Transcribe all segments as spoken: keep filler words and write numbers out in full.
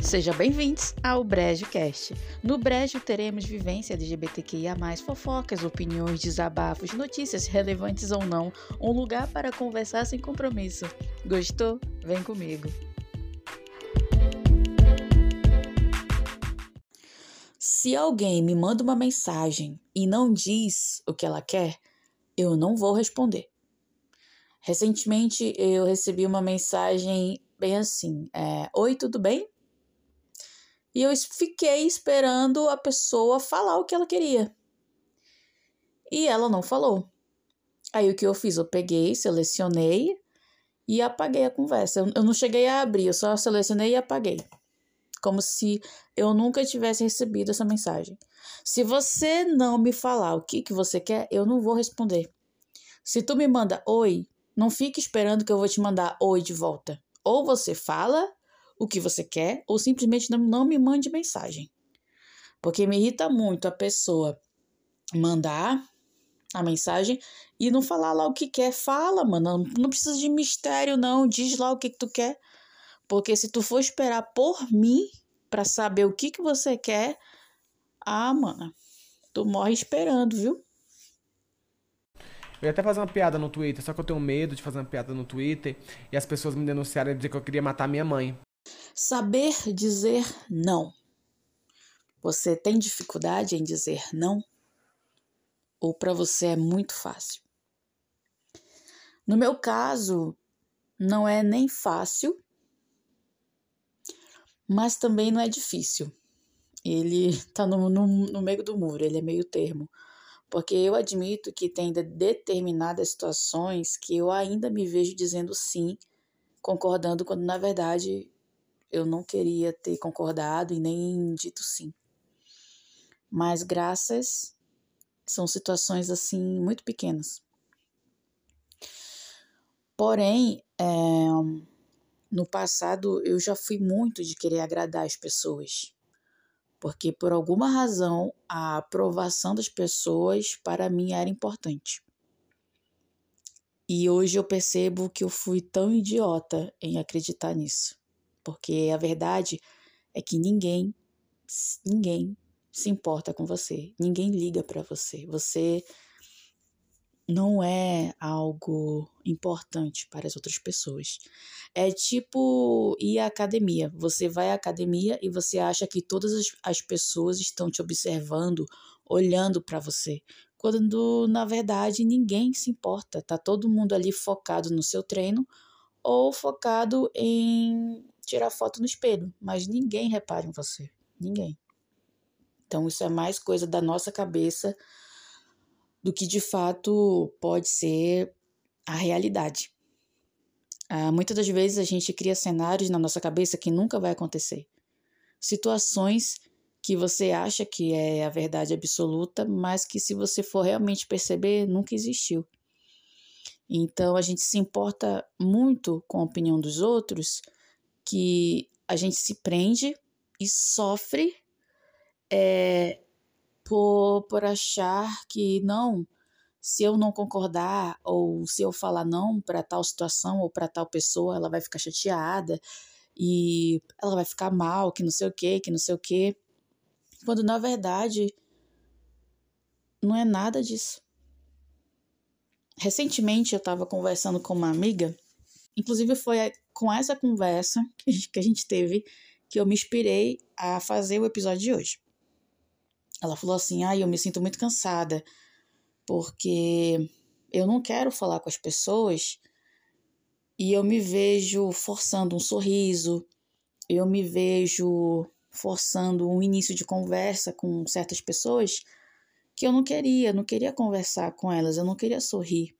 Sejam bem-vindos ao BrejoCast. No Brejo teremos vivência L G B T Q I A mais, fofocas, opiniões, desabafos, notícias relevantes ou não, um lugar para conversar sem compromisso. Gostou? Vem comigo. Se alguém me manda uma mensagem e não diz o que ela quer, eu não vou responder. Recentemente eu recebi uma mensagem bem assim, é, Oi, tudo bem? E eu fiquei esperando a pessoa falar o que ela queria. E ela não falou. Aí o que eu fiz? Eu peguei, selecionei e apaguei a conversa. Eu, eu não cheguei a abrir, eu só selecionei e apaguei. Como se eu nunca tivesse recebido essa mensagem. Se você não me falar o que, que você quer, eu não vou responder. Se tu me manda oi, não fique esperando que eu vou te mandar oi de volta. Ou você fala o que você quer, ou simplesmente não, não me mande mensagem. Porque me irrita muito a pessoa mandar a mensagem e não falar lá o que quer. Fala, mano, não, não precisa de mistério, não. Diz lá o que, que tu quer. Porque se tu for esperar por mim pra saber o que, que você quer, ah, mano, tu morre esperando, viu? Eu ia até fazer uma piada no Twitter, só que eu tenho medo de fazer uma piada no Twitter e as pessoas me denunciarem e dizer que eu queria matar minha mãe. Saber dizer não. Você tem dificuldade em dizer não? Ou para você é muito fácil? No meu caso, não é nem fácil, mas também não é difícil. Ele tá no, no, no meio do muro, ele é meio termo. Porque eu admito que tem determinadas situações que eu ainda me vejo dizendo sim, concordando, quando na verdade eu não queria ter concordado e nem dito sim. Mas graças são situações assim muito pequenas. Porém, é, no passado eu já fui muito de querer agradar as pessoas. Porque por alguma razão a aprovação das pessoas para mim era importante. E hoje eu percebo que eu fui tão idiota em acreditar nisso. Porque a verdade é que ninguém, ninguém se importa com você. Ninguém liga para você. Você não é algo importante para as outras pessoas. É tipo ir à academia. Você vai à academia e você acha que todas as, as pessoas estão te observando, olhando para você. Quando, na verdade, ninguém se importa. Tá todo mundo ali focado no seu treino ou focado em tirar foto no espelho. Mas ninguém repara em você. Ninguém. Então, isso é mais coisa da nossa cabeça do que, de fato, pode ser a realidade. Ah, muitas das vezes a gente cria cenários na nossa cabeça que nunca vai acontecer. Situações que você acha que é a verdade absoluta, mas que, se você for realmente perceber, nunca existiu. Então, a gente se importa muito com a opinião dos outros, que a gente se prende e sofre é, por, por achar que não, se eu não concordar ou se eu falar não para tal situação ou para tal pessoa, ela vai ficar chateada e ela vai ficar mal, que não sei o que, que não sei o que. Quando, na verdade, não é nada disso. Recentemente eu estava conversando com uma amiga, inclusive foi com essa conversa que a gente, que a gente teve que eu me inspirei a fazer o episódio de hoje. Ela falou assim, ah, eu me sinto muito cansada, porque eu não quero falar com as pessoas e eu me vejo forçando um sorriso, eu me vejo forçando um início de conversa com certas pessoas que eu não queria, não queria conversar com elas, eu não queria sorrir.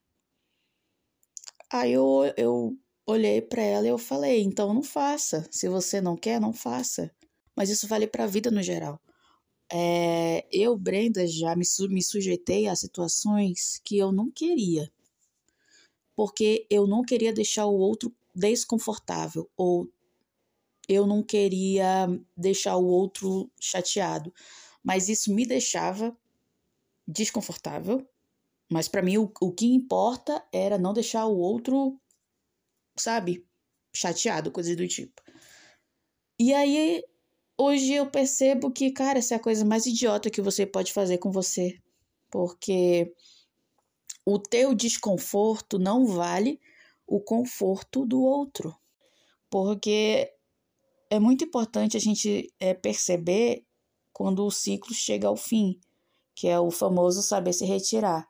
Aí eu, eu olhei para ela e eu falei, então não faça, se você não quer, não faça. Mas isso vale para a vida no geral. É, eu, Brenda, já me, me sujeitei a situações que eu não queria, porque eu não queria deixar o outro desconfortável, ou eu não queria deixar o outro chateado, mas isso me deixava desconfortável, mas para mim o, o que importa era não deixar o outro, sabe, chateado, coisa do tipo. E aí, hoje eu percebo que, cara, essa é a coisa mais idiota que você pode fazer com você. Porque o teu desconforto não vale o conforto do outro. Porque é muito importante a gente é, perceber quando o ciclo chega ao fim, que é o famoso saber se retirar.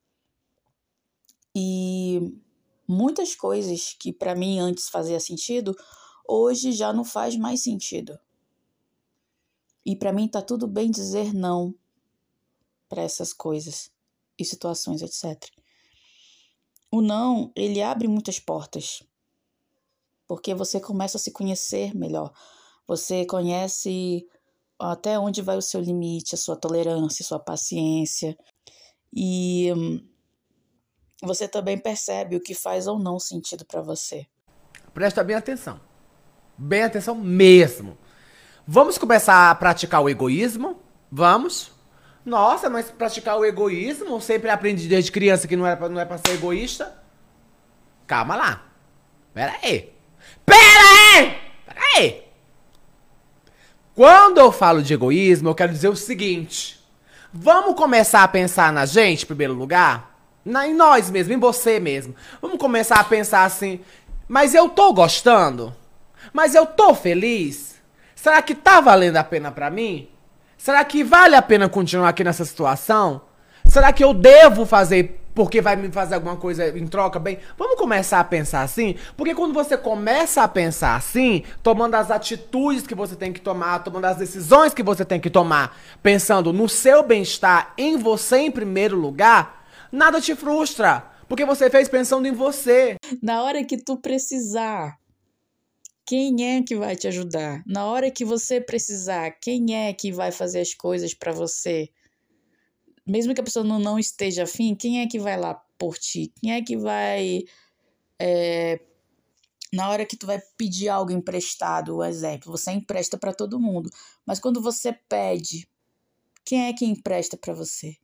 E muitas coisas que para mim antes fazia sentido, hoje já não faz mais sentido. E para mim tá tudo bem dizer não para essas coisas e situações, etcétera. O não, ele abre muitas portas, porque você começa a se conhecer melhor. Você conhece até onde vai o seu limite, a sua tolerância, a sua paciência. E hum, você também percebe o que faz ou não sentido para você. Presta bem atenção. Bem atenção mesmo. Vamos começar a praticar o egoísmo? Vamos. Nossa, mas praticar o egoísmo? Sempre aprendi desde criança que não é pra, não é pra ser egoísta? Calma lá. Pera aí. Pera aí! Pera aí! Quando eu falo de egoísmo, eu quero dizer o seguinte. Vamos começar a pensar na gente, em primeiro lugar? Na, em nós mesmo, em você mesmo. Vamos começar a pensar assim, mas eu tô gostando? Mas eu tô feliz? Será que tá valendo a pena pra mim? Será que vale a pena continuar aqui nessa situação? Será que eu devo fazer porque vai me fazer alguma coisa em troca bem? Vamos começar a pensar assim? Porque quando você começa a pensar assim, tomando as atitudes que você tem que tomar, tomando as decisões que você tem que tomar, pensando no seu bem-estar, em você em primeiro lugar, nada te frustra. Porque você fez pensando em você. Na hora que tu precisar, quem é que vai te ajudar? Na hora que você precisar, quem é que vai fazer as coisas pra você? Mesmo que a pessoa não, não esteja afim, quem é que vai lá por ti? Quem é que vai... É, na hora que tu vai pedir algo emprestado, o exemplo, você empresta pra todo mundo. Mas quando você pede, quem é que empresta pra você?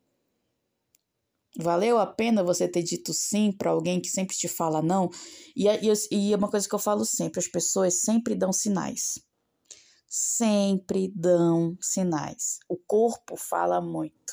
Valeu a pena você ter dito sim pra alguém que sempre te fala não? E, e, e é uma coisa que eu falo sempre, as pessoas sempre dão sinais. Sempre dão sinais. O corpo fala muito.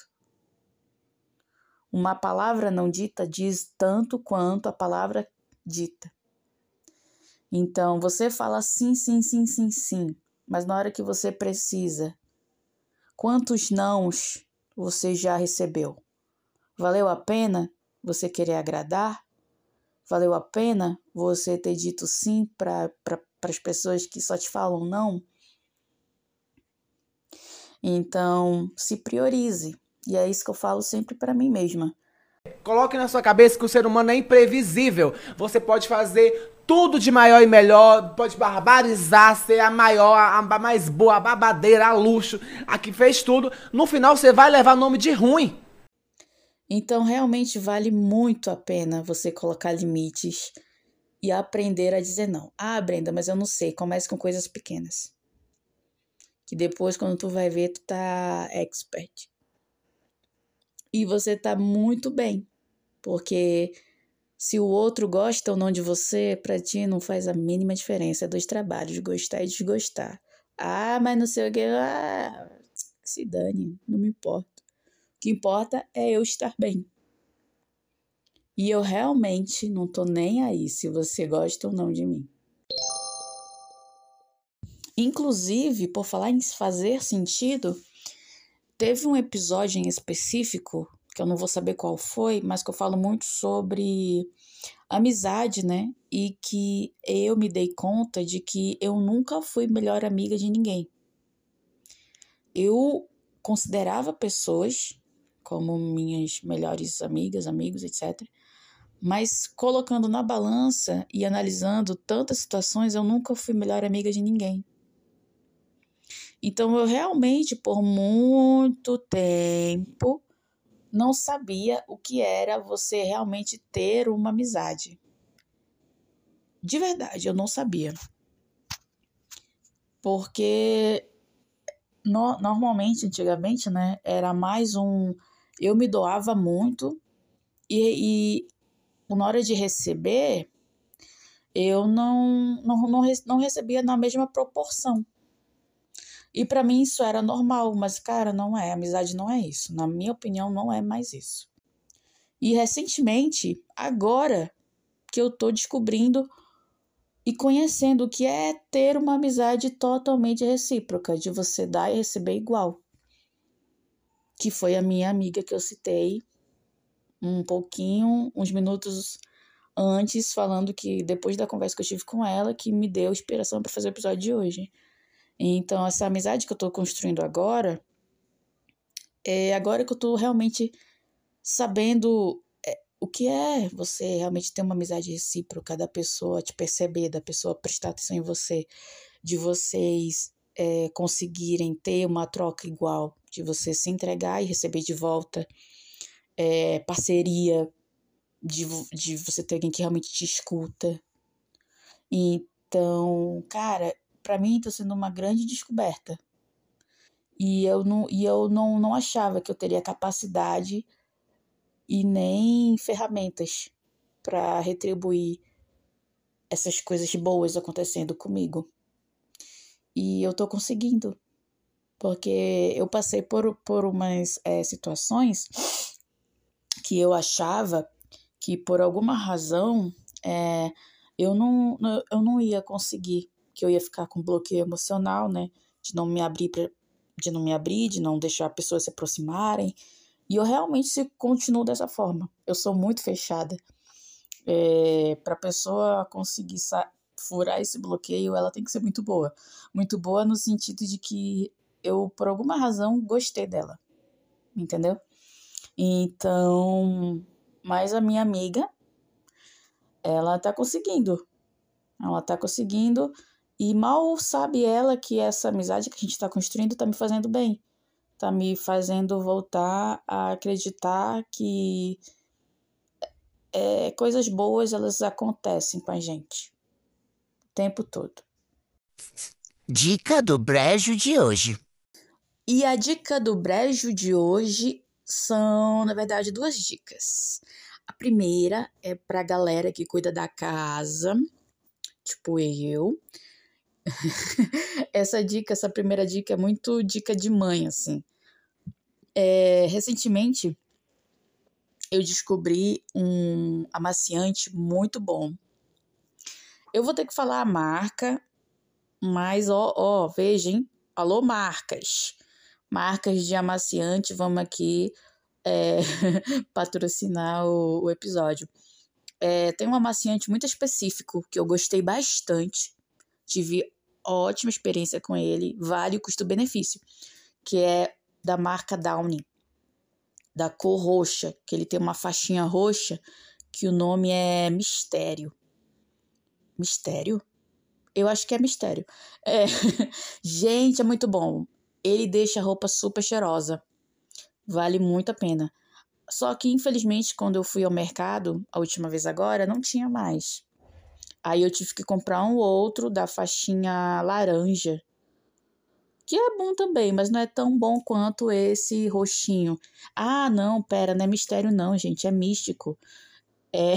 Uma palavra não dita diz tanto quanto a palavra dita. Então, você fala sim, sim, sim, sim, sim, mas na hora que você precisa, quantos nãos você já recebeu? Valeu a pena você querer agradar? Valeu a pena você ter dito sim para pra, as pessoas que só te falam não? Então, se priorize. E é isso que eu falo sempre para mim mesma. Coloque na sua cabeça que o ser humano é imprevisível. Você pode fazer tudo de maior e melhor, pode barbarizar, ser a maior, a, a mais boa, a babadeira, a luxo, a que fez tudo. No final você vai levar nome de ruim. Então, realmente vale muito a pena você colocar limites e aprender a dizer não. Ah, Brenda, mas eu não sei. Comece com coisas pequenas. Que depois, quando tu vai ver, tu tá expert. E você tá muito bem. Porque se o outro gosta ou não de você, pra ti não faz a mínima diferença. É dois trabalhos, gostar e desgostar. Ah, mas não sei o que. Ah, se dane, não me importa. O que importa é eu estar bem. E eu realmente não tô nem aí se você gosta ou não de mim. Inclusive, por falar em fazer sentido, teve um episódio em específico, que eu não vou saber qual foi, mas que eu falo muito sobre amizade, né? E que eu me dei conta de que eu nunca fui melhor amiga de ninguém. Eu considerava pessoas como minhas melhores amigas, amigos, etcétera. Mas colocando na balança e analisando tantas situações, eu nunca fui melhor amiga de ninguém. Então, eu realmente, por muito tempo, não sabia o que era você realmente ter uma amizade. De verdade, eu não sabia. Porque no, normalmente, antigamente, né, era mais um... Eu me doava muito e, e na hora de receber, eu não, não, não, não recebia na mesma proporção. E pra mim isso era normal, mas, cara, não é. Amizade não é isso. Na minha opinião, não é mais isso. E recentemente, agora que eu tô descobrindo e conhecendo o que é ter uma amizade totalmente recíproca, de você dar e receber igual. Que foi a minha amiga que eu citei um pouquinho, uns minutos antes, falando que depois da conversa que eu tive com ela, que me deu inspiração para fazer o episódio de hoje. Então, essa amizade que eu tô construindo agora, é agora que eu tô realmente sabendo é, o que é você realmente ter uma amizade recíproca, da pessoa te perceber, da pessoa prestar atenção em você, de vocês é, conseguirem ter uma troca igual, de você se entregar e receber de volta, é, parceria, de, de você ter alguém que realmente te escuta. Então, cara, pra mim tá sendo uma grande descoberta. E eu não, e eu não, não achava que eu teria capacidade e nem ferramentas para retribuir essas coisas boas acontecendo comigo. E eu tô conseguindo, porque eu passei por, por umas é, situações que eu achava que por alguma razão é, eu, não, eu não ia conseguir, que eu ia ficar com bloqueio emocional, né? De não me abrir, pra, de não me abrir, de não deixar pessoas se aproximarem. E eu realmente continuo dessa forma. Eu sou muito fechada. É, para a pessoa conseguir furar esse bloqueio, ela tem que ser muito boa. Muito boa no sentido de que eu, por alguma razão, gostei dela. Entendeu? Então, mas a minha amiga, ela tá conseguindo. Ela tá conseguindo e mal sabe ela que essa amizade que a gente tá construindo tá me fazendo bem. Tá me fazendo voltar a acreditar que é, coisas boas, elas acontecem com a gente o tempo todo. Dica do brejo de hoje. E a dica do brejo de hoje são, na verdade, duas dicas. A primeira é pra galera que cuida da casa, tipo eu. Essa dica, essa primeira dica é muito dica de mãe, assim. É, recentemente, eu descobri um amaciante muito bom. Eu vou ter que falar a marca, mas, ó, ó, veja, hein? Alô, marcas. Marcas de amaciante, vamos aqui é, patrocinar o, o episódio. É, tem um amaciante muito específico que eu gostei bastante. Tive ótima experiência com ele, vale o custo-benefício, que é da marca Downy, da cor roxa, que ele tem uma faixinha roxa, que o nome é Mistério. Mistério? Eu acho que é Mistério. É. Gente, é muito bom. Ele deixa a roupa super cheirosa. Vale muito a pena. Só que, infelizmente, quando eu fui ao mercado, a última vez agora, não tinha mais. Aí eu tive que comprar um outro da faixinha laranja, que é bom também, mas não é tão bom quanto esse roxinho. Ah, não, pera, não é Mistério não, gente, é Místico. É,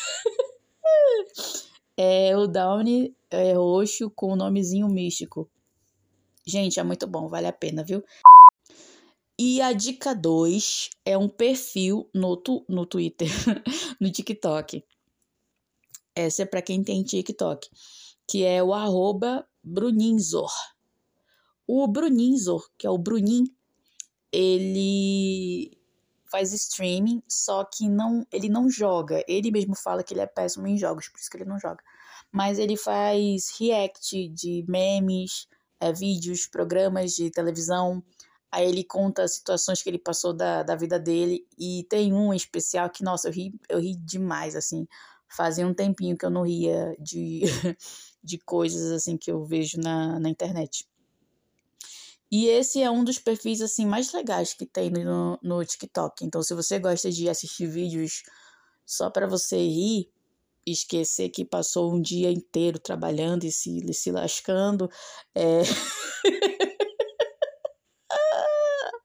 é o Downy é roxo com o nomezinho Místico. Gente, é muito bom, vale a pena, viu? E a dica dois é um perfil no, tu, no Twitter, no TikTok. Essa é para quem tem TikTok, que é o arroba Bruninzor. O Bruninzor, que é o Brunin, ele faz streaming, só que não, ele não joga. Ele mesmo fala que ele é péssimo em jogos, por isso que ele não joga. Mas ele faz react de memes, é, vídeos, programas de televisão. Aí ele conta situações que ele passou da, da vida dele. E tem um em especial que, nossa, eu ri, eu ri demais, assim. Fazia um tempinho que eu não ria de, de coisas, assim, que eu vejo na, na internet. E esse é um dos perfis, assim, mais legais que tem no, no TikTok. Então, se você gosta de assistir vídeos só para você rir, esquecer que passou um dia inteiro trabalhando e se, se lascando, é...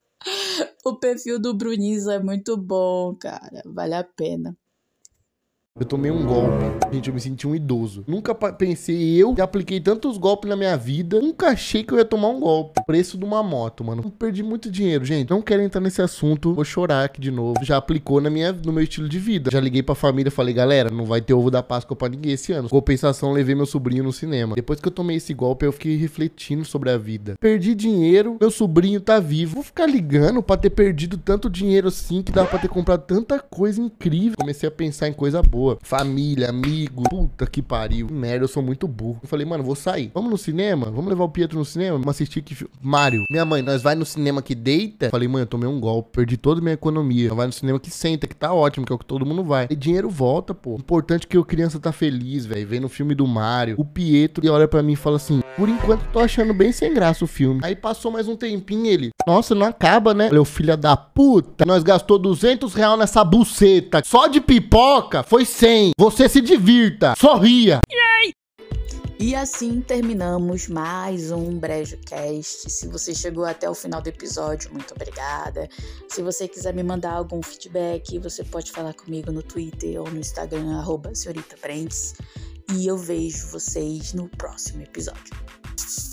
o perfil do Bruniza é muito bom, cara. Vale a pena. Eu tomei um golpe. Gente, eu me senti um idoso. Nunca pensei eu que apliquei tantos golpes na minha vida. Nunca achei que eu ia tomar um golpe. Preço de uma moto, mano. Eu perdi muito dinheiro, gente. Não quero entrar nesse assunto. Vou chorar aqui de novo. Já aplicou na minha, no meu estilo de vida. Já liguei pra família, falei, galera, não vai ter ovo da Páscoa pra ninguém esse ano. Compensação, levei meu sobrinho no cinema. Depois que eu tomei esse golpe, eu fiquei refletindo sobre a vida. Perdi dinheiro, meu sobrinho tá vivo. Vou ficar ligando pra ter perdido tanto dinheiro assim, que dá pra ter comprado tanta coisa incrível. Comecei a pensar em coisa boa. Família, amigo. Puta que pariu. Merda, eu sou muito burro. Eu falei, mano, vou sair. Vamos no cinema? Vamos levar o Pietro no cinema? Vamos assistir que filme? Mario. Minha mãe, nós vai no cinema que deita? Falei, mãe, eu tomei um golpe. Perdi toda a minha economia. Nós vai no cinema que senta, que tá ótimo, que é o que todo mundo vai. E dinheiro volta, pô. Importante que a criança tá feliz, velho. Vendo o filme do Mario. O Pietro, e olha pra mim e fala assim, por enquanto tô achando bem sem graça o filme. Aí passou mais um tempinho, ele, nossa, não acaba, né? Falei, filha da puta, nós gastou duzentos reais nessa buceta. Só de pipoca foi cem. Você se divirta, sorria. E assim terminamos mais um BrejoCast. Se você chegou até o final do episódio, muito obrigada. Se você quiser me mandar algum feedback, você pode falar comigo no Twitter ou no Instagram, arroba senhorita Brentes. E eu vejo vocês no próximo episódio.